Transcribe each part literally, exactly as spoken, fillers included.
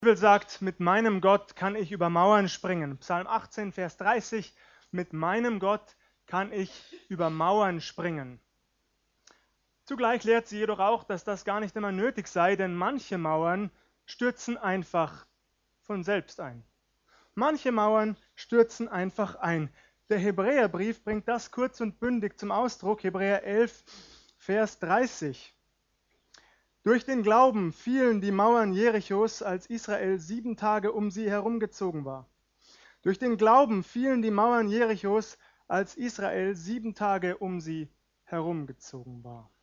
Die Bibel sagt, mit meinem Gott kann ich über Mauern springen. Psalm achtzehn, Vers dreißig, mit meinem Gott kann ich über Mauern springen. Zugleich lehrt sie jedoch auch, dass das gar nicht immer nötig sei, denn manche Mauern stürzen einfach von selbst ein. Manche Mauern stürzen einfach ein. Der Hebräerbrief bringt das kurz und bündig zum Ausdruck, Hebräer elf, Vers dreißig. Durch den Glauben fielen die Mauern Jerichos, als Israel sieben Tage um sie herumgezogen war. Durch den Glauben fielen die Mauern Jerichos, als Israel sieben Tage um sie herumgezogen war.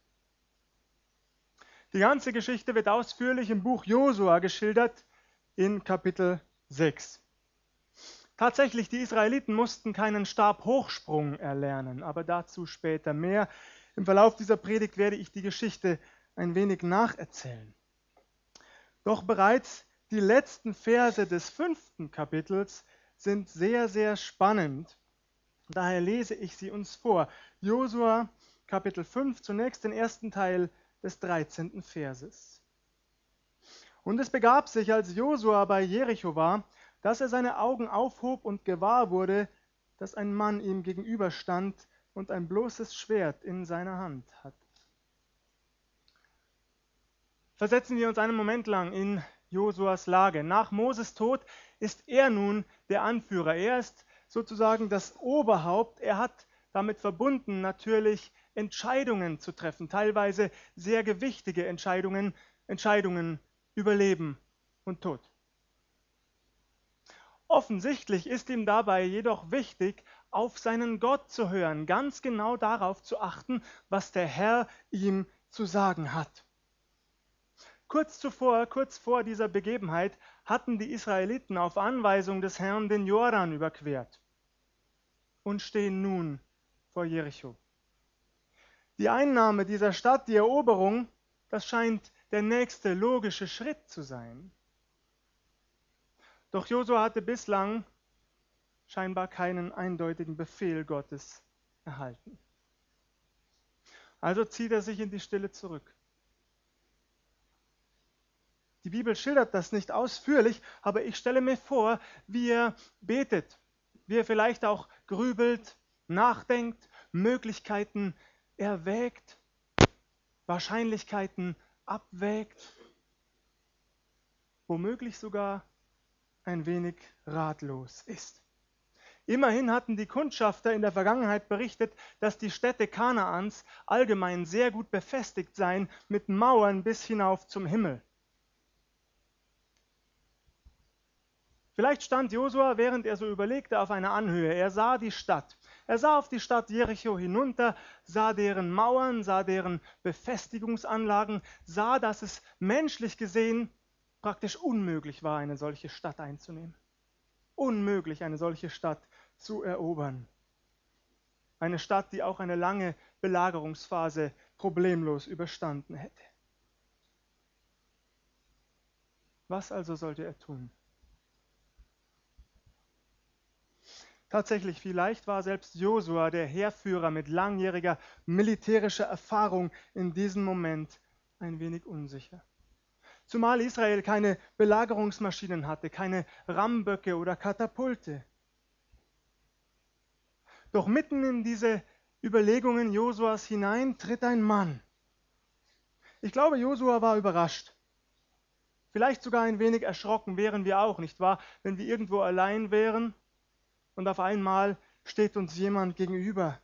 Die ganze Geschichte wird ausführlich im Buch Josua geschildert in Kapitel sechs. Tatsächlich, die Israeliten mussten keinen Stabhochsprung erlernen, aber dazu später mehr. Im Verlauf dieser Predigt werde ich die Geschichte ein wenig nacherzählen. Doch bereits die letzten Verse des fünften Kapitels sind sehr, sehr spannend. Daher lese ich sie uns vor. Josua Kapitel fünf, zunächst den ersten Teil des dreizehnten Verses. Und es begab sich, als Josua bei Jericho war, dass er seine Augen aufhob und gewahr wurde, dass ein Mann ihm gegenüberstand und ein bloßes Schwert in seiner Hand hatte. Versetzen wir uns einen Moment lang in Josuas Lage. Nach Moses Tod ist er nun der Anführer. Er ist sozusagen das Oberhaupt. Er hat damit verbunden, natürlich Entscheidungen zu treffen, teilweise sehr gewichtige Entscheidungen, Entscheidungen über Leben und Tod. Offensichtlich ist ihm dabei jedoch wichtig, auf seinen Gott zu hören, ganz genau darauf zu achten, was der Herr ihm zu sagen hat. Kurz zuvor, kurz vor dieser Begebenheit, hatten die Israeliten auf Anweisung des Herrn den Jordan überquert und stehen nun vor Jericho. Die Einnahme dieser Stadt, die Eroberung, das scheint der nächste logische Schritt zu sein. Doch Josua hatte bislang scheinbar keinen eindeutigen Befehl Gottes erhalten. Also zieht er sich in die Stille zurück. Die Bibel schildert das nicht ausführlich, aber ich stelle mir vor, wie er betet, wie er vielleicht auch grübelt, nachdenkt, Möglichkeiten erwägt, Wahrscheinlichkeiten abwägt, womöglich sogar ein wenig ratlos ist. Immerhin hatten die Kundschafter in der Vergangenheit berichtet, dass die Städte Kanaans allgemein sehr gut befestigt seien, mit Mauern bis hinauf zum Himmel. Vielleicht stand Josua, während er so überlegte, auf einer Anhöhe. Er sah die Stadt. Er sah auf die Stadt Jericho hinunter, sah deren Mauern, sah deren Befestigungsanlagen, sah, dass es menschlich gesehen praktisch unmöglich war, eine solche Stadt einzunehmen. Unmöglich, eine solche Stadt zu erobern. Eine Stadt, die auch eine lange Belagerungsphase problemlos überstanden hätte. Was also sollte er tun? Tatsächlich, vielleicht war selbst Josua, der Heerführer mit langjähriger militärischer Erfahrung, in diesem Moment ein wenig unsicher. Zumal Israel keine Belagerungsmaschinen hatte, keine Rammböcke oder Katapulte. Doch mitten in diese Überlegungen Josuas hinein tritt ein Mann. Ich glaube, Josua war überrascht. Vielleicht sogar ein wenig erschrocken wären wir auch, nicht wahr? Wenn wir irgendwo allein wären und auf einmal steht uns jemand gegenüber.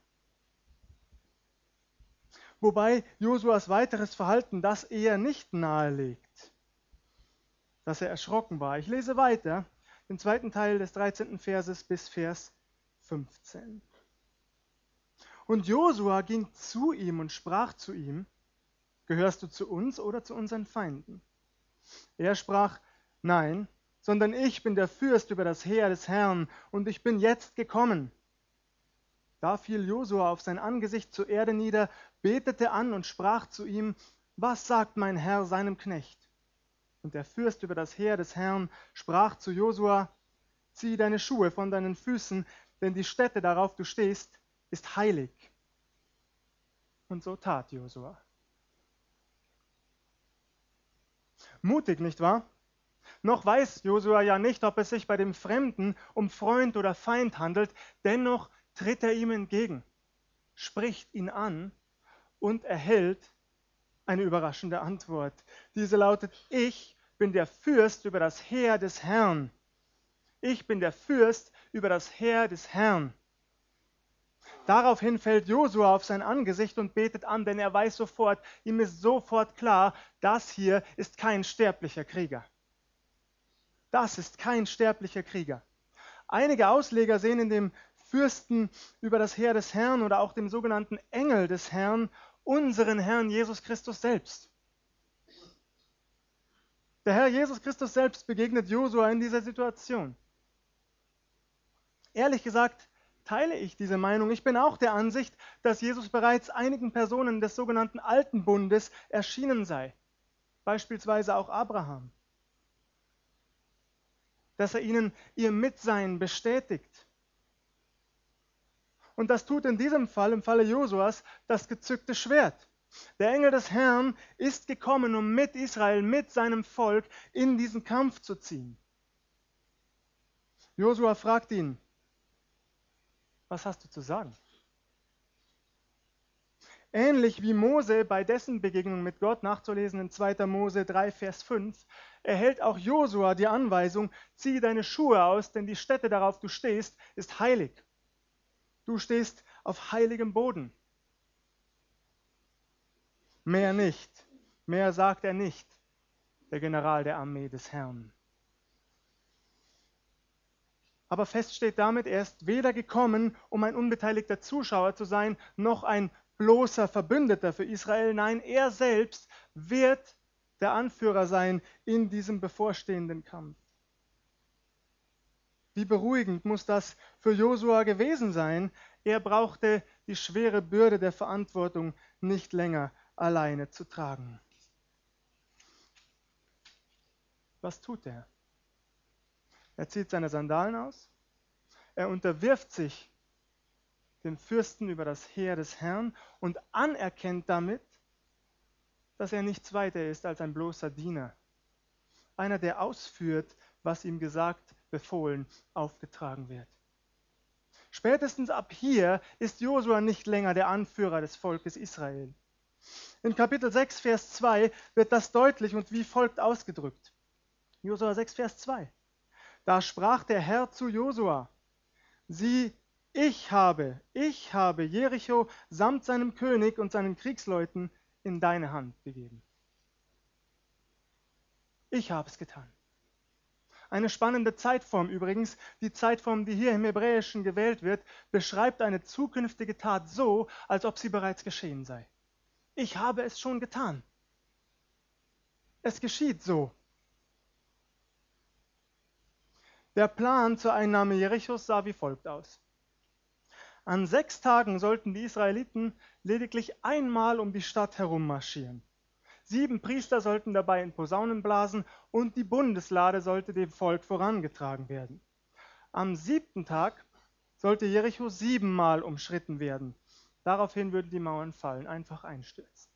Wobei Josuas weiteres Verhalten das eher nicht nahelegt, dass er erschrocken war. Ich lese weiter, den zweiten Teil des dreizehnten Verses bis Vers fünfzehn. Und Josua ging zu ihm und sprach zu ihm: Gehörst du zu uns oder zu unseren Feinden? Er sprach: Nein, sondern ich bin der Fürst über das Heer des Herrn, und ich bin jetzt gekommen. Da fiel Josua auf sein Angesicht zur Erde nieder, betete an und sprach zu ihm: Was sagt mein Herr seinem Knecht? Und der Fürst über das Heer des Herrn sprach zu Josua: Zieh deine Schuhe von deinen Füßen, denn die Stätte, darauf du stehst, ist heilig. Und so tat Josua. Mutig, nicht wahr? Noch weiß Josua ja nicht, ob es sich bei dem Fremden um Freund oder Feind handelt. Dennoch tritt er ihm entgegen, spricht ihn an und erhält eine überraschende Antwort. Diese lautet: Ich bin der Fürst über das Heer des Herrn. Ich bin der Fürst über das Heer des Herrn. Daraufhin fällt Josua auf sein Angesicht und betet an, denn er weiß sofort, ihm ist sofort klar, das hier ist kein sterblicher Krieger. Das ist kein sterblicher Krieger. Einige Ausleger sehen in dem Fürsten über das Heer des Herrn oder auch dem sogenannten Engel des Herrn unseren Herrn Jesus Christus selbst. Der Herr Jesus Christus selbst begegnet Josua in dieser Situation. Ehrlich gesagt teile ich diese Meinung. Ich bin auch der Ansicht, dass Jesus bereits einigen Personen des sogenannten Alten Bundes erschienen sei, beispielsweise auch Abraham. Dass er ihnen ihr Mitsein bestätigt. Und das tut in diesem Fall, im Falle Josuas, das gezückte Schwert. Der Engel des Herrn ist gekommen, um mit Israel, mit seinem Volk in diesen Kampf zu ziehen. Josua fragt ihn: Was hast du zu sagen? Ähnlich wie Mose bei dessen Begegnung mit Gott, nachzulesen in zweiter Mose drei, Vers fünf, erhält auch Josua die Anweisung: Zieh deine Schuhe aus, denn die Stätte, darauf du stehst, ist heilig. Du stehst auf heiligem Boden. Mehr nicht, mehr sagt er nicht, der General der Armee des Herrn. Aber fest steht damit, er ist weder gekommen, um ein unbeteiligter Zuschauer zu sein, noch ein bloßer Verbündeter für Israel. Nein, er selbst wird der Anführer sein in diesem bevorstehenden Kampf. Wie beruhigend muss das für Josua gewesen sein? Er brauchte die schwere Bürde der Verantwortung nicht länger alleine zu tragen. Was tut er? Er zieht seine Sandalen aus, er unterwirft sich dem Fürsten über das Heer des Herrn und anerkennt damit, dass er nichts weiter ist als ein bloßer Diener. Einer, der ausführt, was ihm gesagt, befohlen, aufgetragen wird. Spätestens ab hier ist Josua nicht länger der Anführer des Volkes Israel. In Kapitel sechs, Vers zwei wird das deutlich und wie folgt ausgedrückt. Josua sechs, Vers zwei. Da sprach der Herr zu Josua: Sieh, ich habe, ich habe Jericho samt seinem König und seinen Kriegsleuten in deine Hand gegeben. Ich habe es getan. Eine spannende Zeitform übrigens. Die Zeitform, die hier im Hebräischen gewählt wird, beschreibt eine zukünftige Tat so, als ob sie bereits geschehen sei. Ich habe es schon getan. Es geschieht so. Der Plan zur Einnahme Jerichos sah wie folgt aus. An sechs Tagen sollten die Israeliten lediglich einmal um die Stadt herum marschieren. Sieben Priester sollten dabei in Posaunen blasen und die Bundeslade sollte dem Volk vorangetragen werden. Am siebten Tag sollte Jericho siebenmal umschritten werden. Daraufhin würden die Mauern fallen, einfach einstürzen.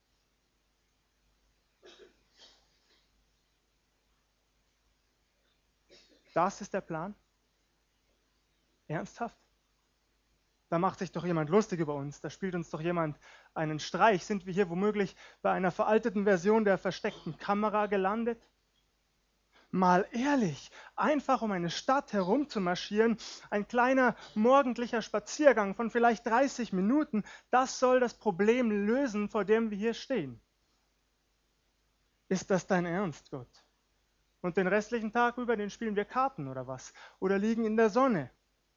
Das ist der Plan? Ernsthaft? Da macht sich doch jemand lustig über uns, da spielt uns doch jemand einen Streich. Sind wir hier womöglich bei einer veralteten Version der versteckten Kamera gelandet? Mal ehrlich, einfach um eine Stadt herumzumarschieren, ein kleiner morgendlicher Spaziergang von vielleicht dreißig Minuten, das soll das Problem lösen, vor dem wir hier stehen. Ist das dein Ernst, Gott? Und den restlichen Tag über, den spielen wir Karten oder was? Oder liegen in der Sonne?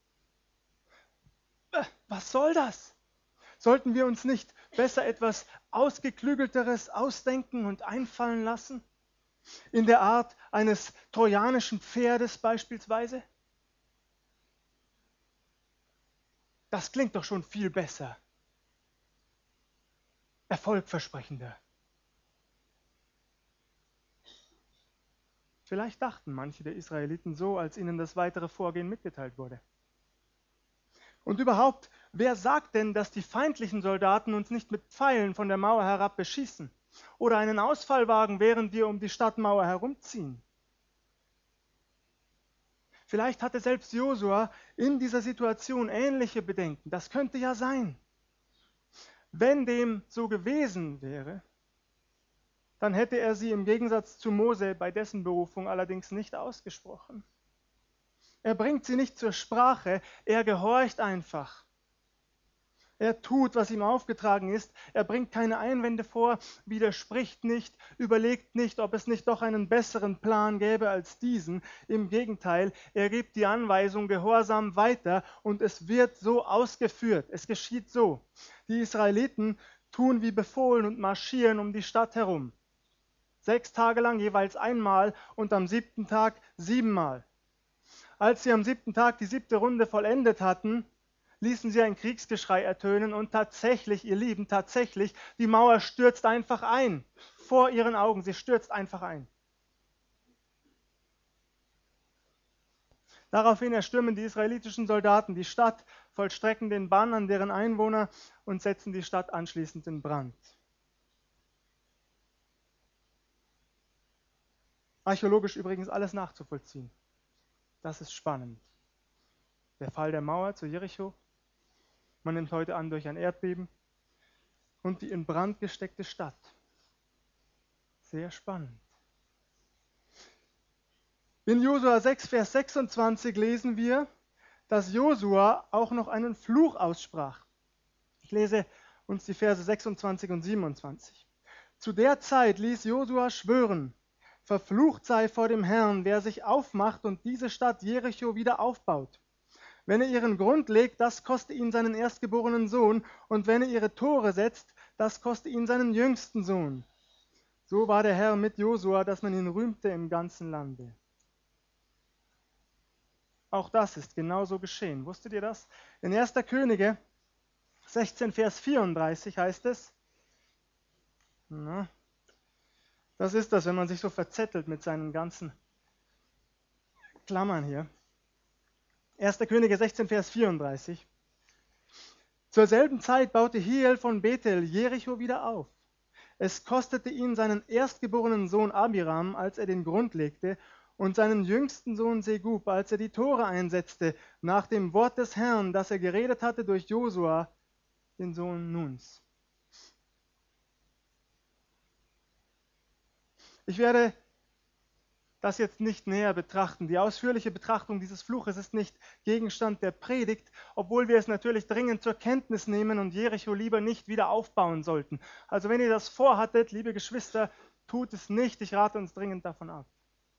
Was soll das? Sollten wir uns nicht besser etwas Ausgeklügelteres ausdenken und einfallen lassen? In der Art eines trojanischen Pferdes beispielsweise? Das klingt doch schon viel besser. Erfolgversprechender. Vielleicht dachten manche der Israeliten so, als ihnen das weitere Vorgehen mitgeteilt wurde. Und überhaupt, wer sagt denn, dass die feindlichen Soldaten uns nicht mit Pfeilen von der Mauer herab beschießen oder einen Ausfall wagen, während wir um die Stadtmauer herumziehen? Vielleicht hatte selbst Josua in dieser Situation ähnliche Bedenken. Das könnte ja sein. Wenn dem so gewesen wäre, dann hätte er sie im Gegensatz zu Mose bei dessen Berufung allerdings nicht ausgesprochen. Er bringt sie nicht zur Sprache, er gehorcht einfach. Er tut, was ihm aufgetragen ist. Er bringt keine Einwände vor, widerspricht nicht, überlegt nicht, ob es nicht doch einen besseren Plan gäbe als diesen. Im Gegenteil, er gibt die Anweisung gehorsam weiter und es wird so ausgeführt. Es geschieht so. Die Israeliten tun wie befohlen und marschieren um die Stadt herum. Sechs Tage lang jeweils einmal und am siebten Tag siebenmal. Als sie am siebten Tag die siebte Runde vollendet hatten, ließen sie ein Kriegsgeschrei ertönen und tatsächlich, ihr Lieben, tatsächlich, die Mauer stürzt einfach ein. Vor ihren Augen, sie stürzt einfach ein. Daraufhin erstürmen die israelitischen Soldaten die Stadt, vollstrecken den Bann an deren Einwohner und setzen die Stadt anschließend in Brand. Archäologisch übrigens alles nachzuvollziehen. Das ist spannend. Der Fall der Mauer zu Jericho, man nimmt heute an durch ein Erdbeben, und die in Brand gesteckte Stadt. Sehr spannend. In Josua sechs, Vers sechsundzwanzig lesen wir, dass Josua auch noch einen Fluch aussprach. Ich lese uns die Verse sechsundzwanzig und siebenundzwanzig. Zu der Zeit ließ Josua schwören, verflucht sei vor dem Herrn, wer sich aufmacht und diese Stadt Jericho wieder aufbaut. Wenn er ihren Grund legt, das koste ihn seinen erstgeborenen Sohn, und wenn er ihre Tore setzt, das koste ihn seinen jüngsten Sohn. So war der Herr mit Josua, dass man ihn rühmte im ganzen Lande. Auch das ist genauso geschehen. Wusstet ihr das? In erster Könige sechzehn, Vers vierunddreißig heißt es, na, das ist das, wenn man sich so verzettelt mit seinen ganzen Klammern hier. erster Könige sechzehn, Vers vierunddreißig. Zur selben Zeit baute Hiel von Bethel Jericho wieder auf. Es kostete ihn seinen erstgeborenen Sohn Abiram, als er den Grund legte, und seinen jüngsten Sohn Segub, als er die Tore einsetzte, nach dem Wort des Herrn, das er geredet hatte durch Josua, den Sohn Nuns. Ich werde das jetzt nicht näher betrachten. Die ausführliche Betrachtung dieses Fluches ist nicht Gegenstand der Predigt, obwohl wir es natürlich dringend zur Kenntnis nehmen und Jericho lieber nicht wieder aufbauen sollten. Also wenn ihr das vorhattet, liebe Geschwister, tut es nicht. Ich rate uns dringend davon ab.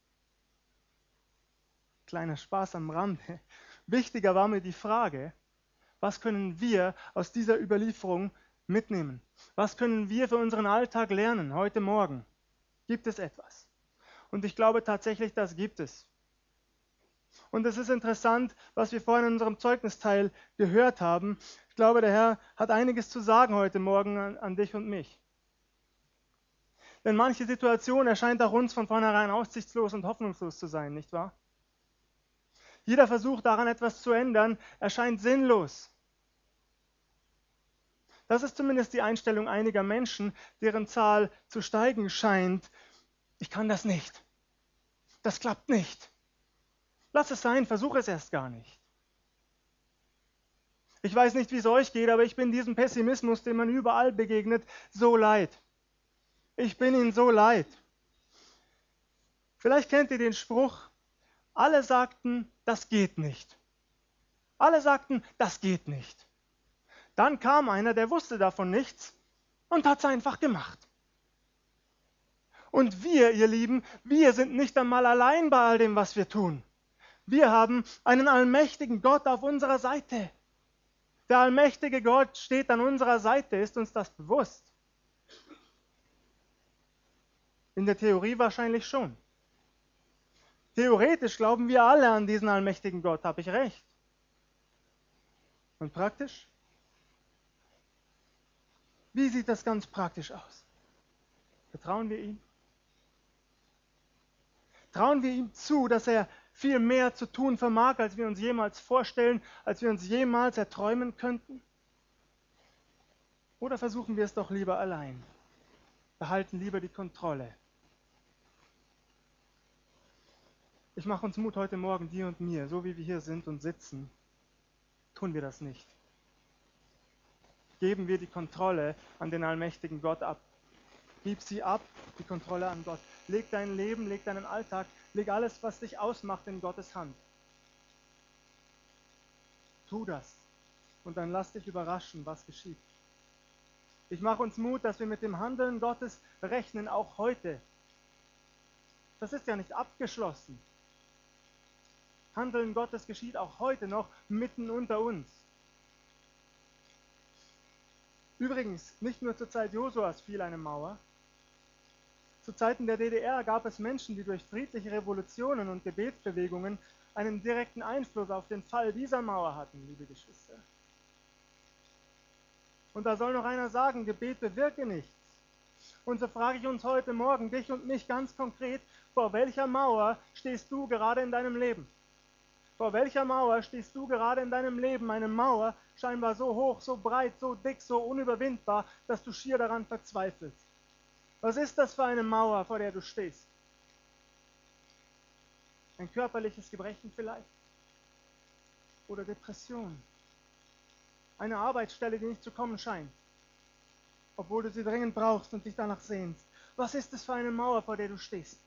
Kleiner Spaß am Rande. Wichtiger war mir die Frage, was können wir aus dieser Überlieferung mitnehmen? Was können wir für unseren Alltag lernen heute Morgen? Gibt es etwas? Und ich glaube tatsächlich, das gibt es. Und es ist interessant, was wir vorhin in unserem Zeugnisteil gehört haben. Ich glaube, der Herr hat einiges zu sagen heute Morgen an, an dich und mich. Denn manche Situation erscheint auch uns von vornherein aussichtslos und hoffnungslos zu sein, nicht wahr? Jeder Versuch daran, etwas zu ändern, erscheint sinnlos. Das ist zumindest die Einstellung einiger Menschen, deren Zahl zu steigen scheint. Ich kann das nicht. Das klappt nicht. Lass es sein, versuche es erst gar nicht. Ich weiß nicht, wie es euch geht, aber ich bin diesem Pessimismus, dem man überall begegnet, so leid. Ich bin ihn so leid. Vielleicht kennt ihr den Spruch, alle sagten, das geht nicht. Alle sagten, das geht nicht. Dann kam einer, der wusste davon nichts und hat es einfach gemacht. Und wir, ihr Lieben, wir sind nicht einmal allein bei all dem, was wir tun. Wir haben einen allmächtigen Gott auf unserer Seite. Der allmächtige Gott steht an unserer Seite, ist uns das bewusst? In der Theorie wahrscheinlich schon. Theoretisch glauben wir alle an diesen allmächtigen Gott, habe ich recht. Und praktisch? Wie sieht das ganz praktisch aus? Vertrauen wir ihm? Trauen wir ihm zu, dass er viel mehr zu tun vermag, als wir uns jemals vorstellen, als wir uns jemals erträumen könnten? Oder versuchen wir es doch lieber allein? Behalten lieber die Kontrolle. Ich mache uns Mut heute Morgen, dir und mir, so wie wir hier sind und sitzen, tun wir das nicht. Geben wir die Kontrolle an den allmächtigen Gott ab. Gib sie ab, die Kontrolle an Gott. Leg dein Leben, leg deinen Alltag, leg alles, was dich ausmacht, in Gottes Hand. Tu das und dann lass dich überraschen, was geschieht. Ich mache uns Mut, dass wir mit dem Handeln Gottes rechnen, auch heute. Das ist ja nicht abgeschlossen. Handeln Gottes geschieht auch heute noch mitten unter uns. Übrigens, nicht nur zur Zeit Josuas fiel eine Mauer. Zu Zeiten der D D R gab es Menschen, die durch friedliche Revolutionen und Gebetsbewegungen einen direkten Einfluss auf den Fall dieser Mauer hatten, liebe Geschwister. Und da soll noch einer sagen, Gebet bewirke nichts. Und so frage ich uns heute Morgen, dich und mich ganz konkret, vor welcher Mauer stehst du gerade in deinem Leben? Vor welcher Mauer stehst du gerade in deinem Leben? Eine Mauer, scheinbar so hoch, so breit, so dick, so unüberwindbar, dass du schier daran verzweifelst. Was ist das für eine Mauer, vor der du stehst? Ein körperliches Gebrechen vielleicht? Oder Depression? Eine Arbeitsstelle, die nicht zu kommen scheint, obwohl du sie dringend brauchst und dich danach sehnst. Was ist es für eine Mauer, vor der du stehst?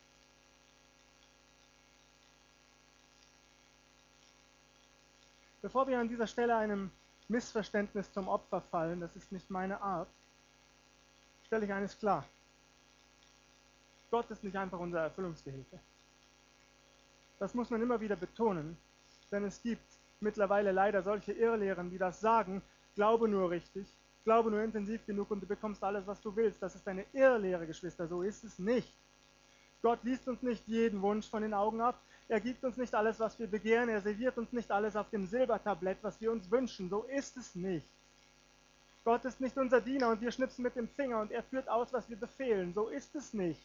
Bevor wir an dieser Stelle einem Missverständnis zum Opfer fallen, das ist nicht meine Art, stelle ich eines klar. Gott ist nicht einfach unser Erfüllungsgehilfe. Das muss man immer wieder betonen, denn es gibt mittlerweile leider solche Irrlehren, die das sagen, glaube nur richtig, glaube nur intensiv genug und du bekommst alles, was du willst. Das ist eine Irrlehre, Geschwister, so ist es nicht. Gott liest uns nicht jeden Wunsch von den Augen ab, er gibt uns nicht alles, was wir begehren, er serviert uns nicht alles auf dem Silbertablett, was wir uns wünschen, so ist es nicht. Gott ist nicht unser Diener und wir schnipsen mit dem Finger und er führt aus, was wir befehlen, so ist es nicht.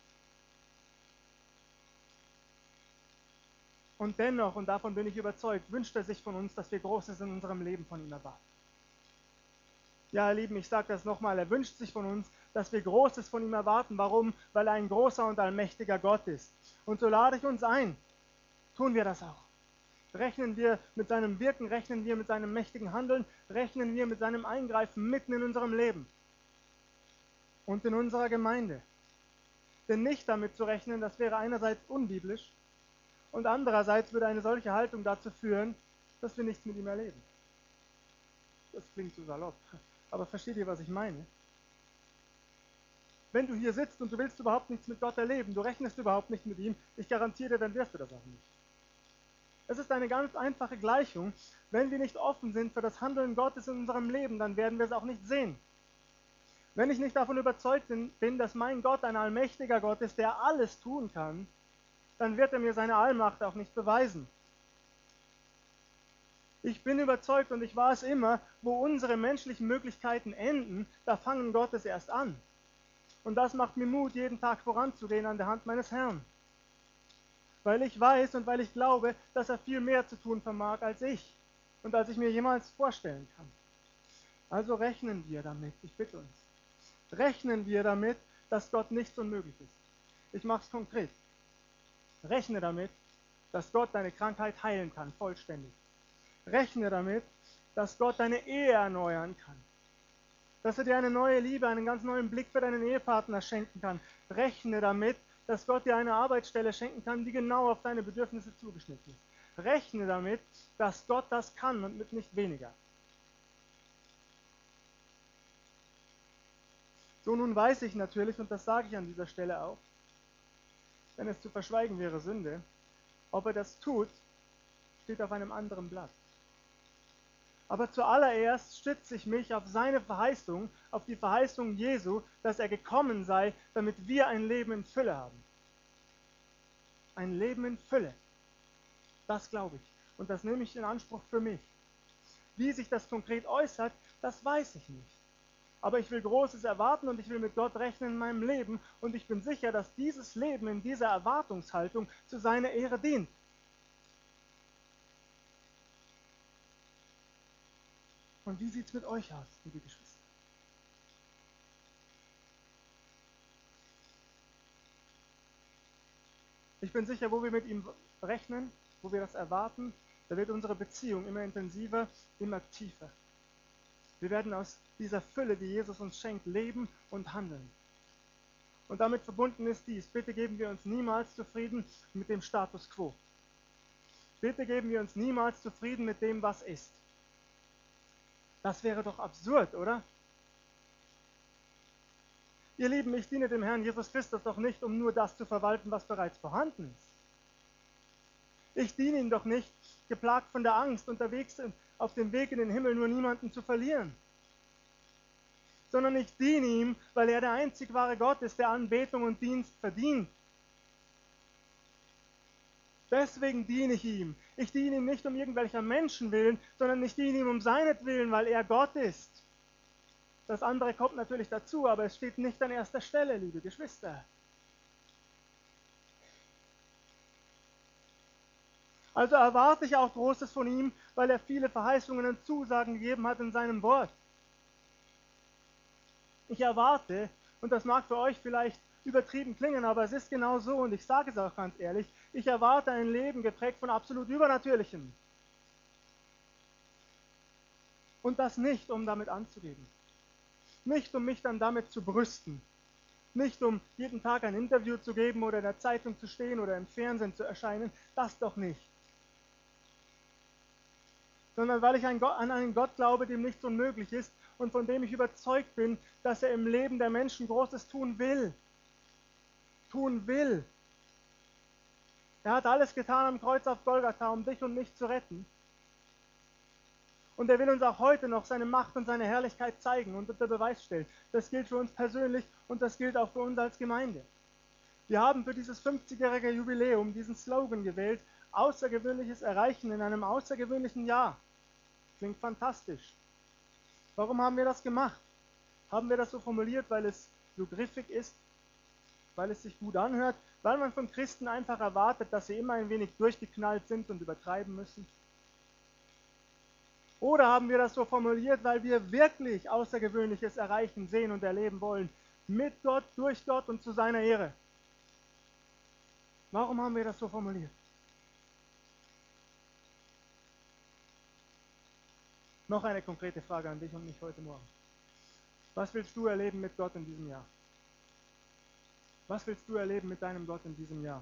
Und dennoch, und davon bin ich überzeugt, wünscht er sich von uns, dass wir Großes in unserem Leben von ihm erwarten. Ja, ihr Lieben, ich sage das nochmal, er wünscht sich von uns, dass wir Großes von ihm erwarten. Warum? Weil er ein großer und allmächtiger Gott ist. Und so lade ich uns ein, tun wir das auch. Rechnen wir mit seinem Wirken, rechnen wir mit seinem mächtigen Handeln, rechnen wir mit seinem Eingreifen mitten in unserem Leben und in unserer Gemeinde. Denn nicht damit zu rechnen, das wäre einerseits unbiblisch, und andererseits würde eine solche Haltung dazu führen, dass wir nichts mit ihm erleben. Das klingt so salopp, aber versteht ihr, was ich meine? Wenn du hier sitzt und du willst überhaupt nichts mit Gott erleben, du rechnest überhaupt nicht mit ihm, ich garantiere dir, dann wirst du das auch nicht. Es ist eine ganz einfache Gleichung. Wenn wir nicht offen sind für das Handeln Gottes in unserem Leben, dann werden wir es auch nicht sehen. Wenn ich nicht davon überzeugt bin, dass mein Gott ein allmächtiger Gott ist, der alles tun kann, dann wird er mir seine Allmacht auch nicht beweisen. Ich bin überzeugt und ich war es immer, wo unsere menschlichen Möglichkeiten enden, da fangen Gottes erst an. Und das macht mir Mut, jeden Tag voranzugehen an der Hand meines Herrn. Weil ich weiß und weil ich glaube, dass er viel mehr zu tun vermag als ich und als ich mir jemals vorstellen kann. Also rechnen wir damit, ich bitte uns. Rechnen wir damit, dass Gott nichts unmöglich ist. Ich mache es konkret. Rechne damit, dass Gott deine Krankheit heilen kann, vollständig. Rechne damit, dass Gott deine Ehe erneuern kann. Dass er dir eine neue Liebe, einen ganz neuen Blick für deinen Ehepartner schenken kann. Rechne damit, dass Gott dir eine Arbeitsstelle schenken kann, die genau auf deine Bedürfnisse zugeschnitten ist. Rechne damit, dass Gott das kann und mit nicht weniger. So, nun weiß ich natürlich, und das sage ich an dieser Stelle auch, wenn es zu verschweigen wäre Sünde, ob er das tut, steht auf einem anderen Blatt. Aber zuallererst stütze ich mich auf seine Verheißung, auf die Verheißung Jesu, dass er gekommen sei, damit wir ein Leben in Fülle haben. Ein Leben in Fülle. Das glaube ich. Und das nehme ich in Anspruch für mich. Wie sich das konkret äußert, das weiß ich nicht. Aber ich will Großes erwarten und ich will mit Gott rechnen in meinem Leben. Und ich bin sicher, dass dieses Leben in dieser Erwartungshaltung zu seiner Ehre dient. Und wie sieht es mit euch aus, liebe Geschwister? Ich bin sicher, wo wir mit ihm rechnen, wo wir das erwarten, da wird unsere Beziehung immer intensiver, immer tiefer. Wir werden aus dieser Fülle, die Jesus uns schenkt, leben und handeln. Und damit verbunden ist dies: Bitte geben wir uns niemals zufrieden mit dem Status quo. Bitte geben wir uns niemals zufrieden mit dem, was ist. Das wäre doch absurd, oder? Ihr Lieben, ich diene dem Herrn Jesus Christus doch nicht, um nur das zu verwalten, was bereits vorhanden ist. Ich diene ihm doch nicht, geplagt von der Angst, unterwegs auf dem Weg in den Himmel nur niemanden zu verlieren. Sondern ich diene ihm, weil er der einzig wahre Gott ist, der Anbetung und Dienst verdient. Deswegen diene ich ihm. Ich diene ihm nicht um irgendwelcher Menschen willen, sondern ich diene ihm um seinetwillen, weil er Gott ist. Das andere kommt natürlich dazu, aber es steht nicht an erster Stelle, liebe Geschwister. Also erwarte ich auch Großes von ihm, weil er viele Verheißungen und Zusagen gegeben hat in seinem Wort. Ich erwarte, und das mag für euch vielleicht übertrieben klingen, aber es ist genau so, und ich sage es auch ganz ehrlich, ich erwarte ein Leben geprägt von absolut Übernatürlichem. Und das nicht, um damit anzugeben. Nicht, um mich dann damit zu brüsten. Nicht, um jeden Tag ein Interview zu geben oder in der Zeitung zu stehen oder im Fernsehen zu erscheinen. Das doch nicht. Sondern weil ich an einen Gott glaube, dem nichts unmöglich ist und von dem ich überzeugt bin, dass er im Leben der Menschen Großes tun will. Tun will. Er hat alles getan am Kreuz auf Golgatha, um dich und mich zu retten. Und er will uns auch heute noch seine Macht und seine Herrlichkeit zeigen und unter Beweis stellen. Das gilt für uns persönlich und das gilt auch für uns als Gemeinde. Wir haben für dieses fünfzigjährige Jubiläum diesen Slogan gewählt: Außergewöhnliches Erreichen in einem außergewöhnlichen Jahr. Klingt fantastisch. Warum haben wir das gemacht? Haben wir das so formuliert, weil es so griffig ist? Weil es sich gut anhört? Weil man von Christen einfach erwartet, dass sie immer ein wenig durchgeknallt sind und übertreiben müssen? Oder haben wir das so formuliert, weil wir wirklich Außergewöhnliches erreichen, sehen und erleben wollen? Mit Gott, durch Gott und zu seiner Ehre. Warum haben wir das so formuliert? Noch eine konkrete Frage an dich und mich heute Morgen. Was willst du erleben mit Gott in diesem Jahr? Was willst du erleben mit deinem Gott in diesem Jahr?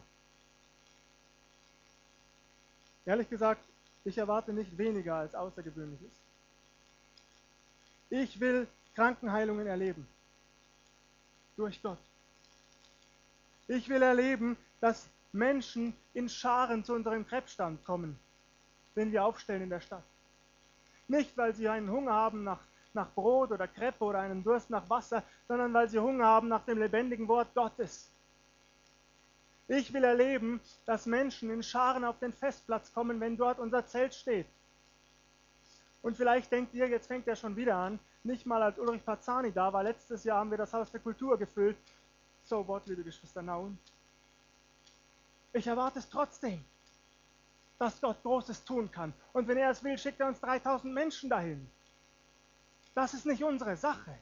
Ehrlich gesagt, ich erwarte nicht weniger als Außergewöhnliches. Ich will Krankenheilungen erleben. Durch Gott. Ich will erleben, dass Menschen in Scharen zu unserem Krebsstand kommen, den wir aufstellen in der Stadt. Nicht, weil sie einen Hunger haben nach, nach Brot oder Kreppe oder einen Durst nach Wasser, sondern weil sie Hunger haben nach dem lebendigen Wort Gottes. Ich will erleben, dass Menschen in Scharen auf den Festplatz kommen, wenn dort unser Zelt steht. Und vielleicht denkt ihr, jetzt fängt er schon wieder an, nicht mal als Ulrich Parzani da war, letztes Jahr haben wir das Haus der Kultur gefüllt. So what, liebe Geschwister, na und? Ich erwarte es trotzdem, dass Gott Großes tun kann. Und wenn er es will, schickt er uns dreitausend Menschen dahin. Das ist nicht unsere Sache.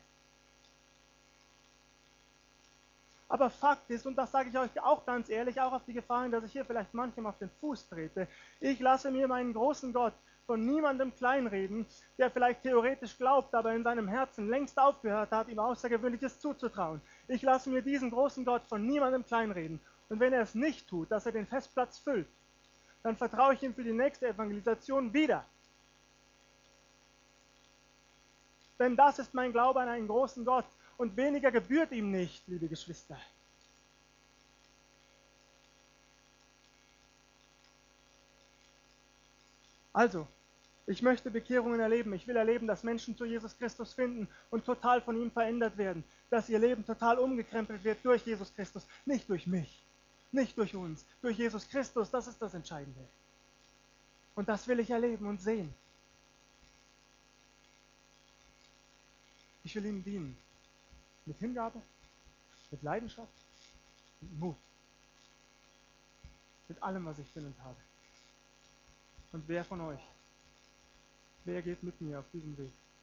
Aber Fakt ist, und das sage ich euch auch ganz ehrlich, auch auf die Gefahr hin, dass ich hier vielleicht manchem auf den Fuß trete, ich lasse mir meinen großen Gott von niemandem kleinreden, der vielleicht theoretisch glaubt, aber in seinem Herzen längst aufgehört hat, ihm Außergewöhnliches zuzutrauen. Ich lasse mir diesen großen Gott von niemandem kleinreden. Und wenn er es nicht tut, dass er den Festplatz füllt, dann vertraue ich ihm für die nächste Evangelisation wieder. Denn das ist mein Glaube an einen großen Gott. Und weniger gebührt ihm nicht, liebe Geschwister. Also, ich möchte Bekehrungen erleben. Ich will erleben, dass Menschen zu Jesus Christus finden und total von ihm verändert werden. Dass ihr Leben total umgekrempelt wird durch Jesus Christus. Nicht durch mich, nicht durch uns, durch Jesus Christus. Das ist das Entscheidende. Und das will ich erleben und sehen. Ich will ihm dienen. Mit Hingabe, mit Leidenschaft, mit Mut. Mit allem, was ich bin und habe. Und wer von euch, wer geht mit mir auf diesem Weg?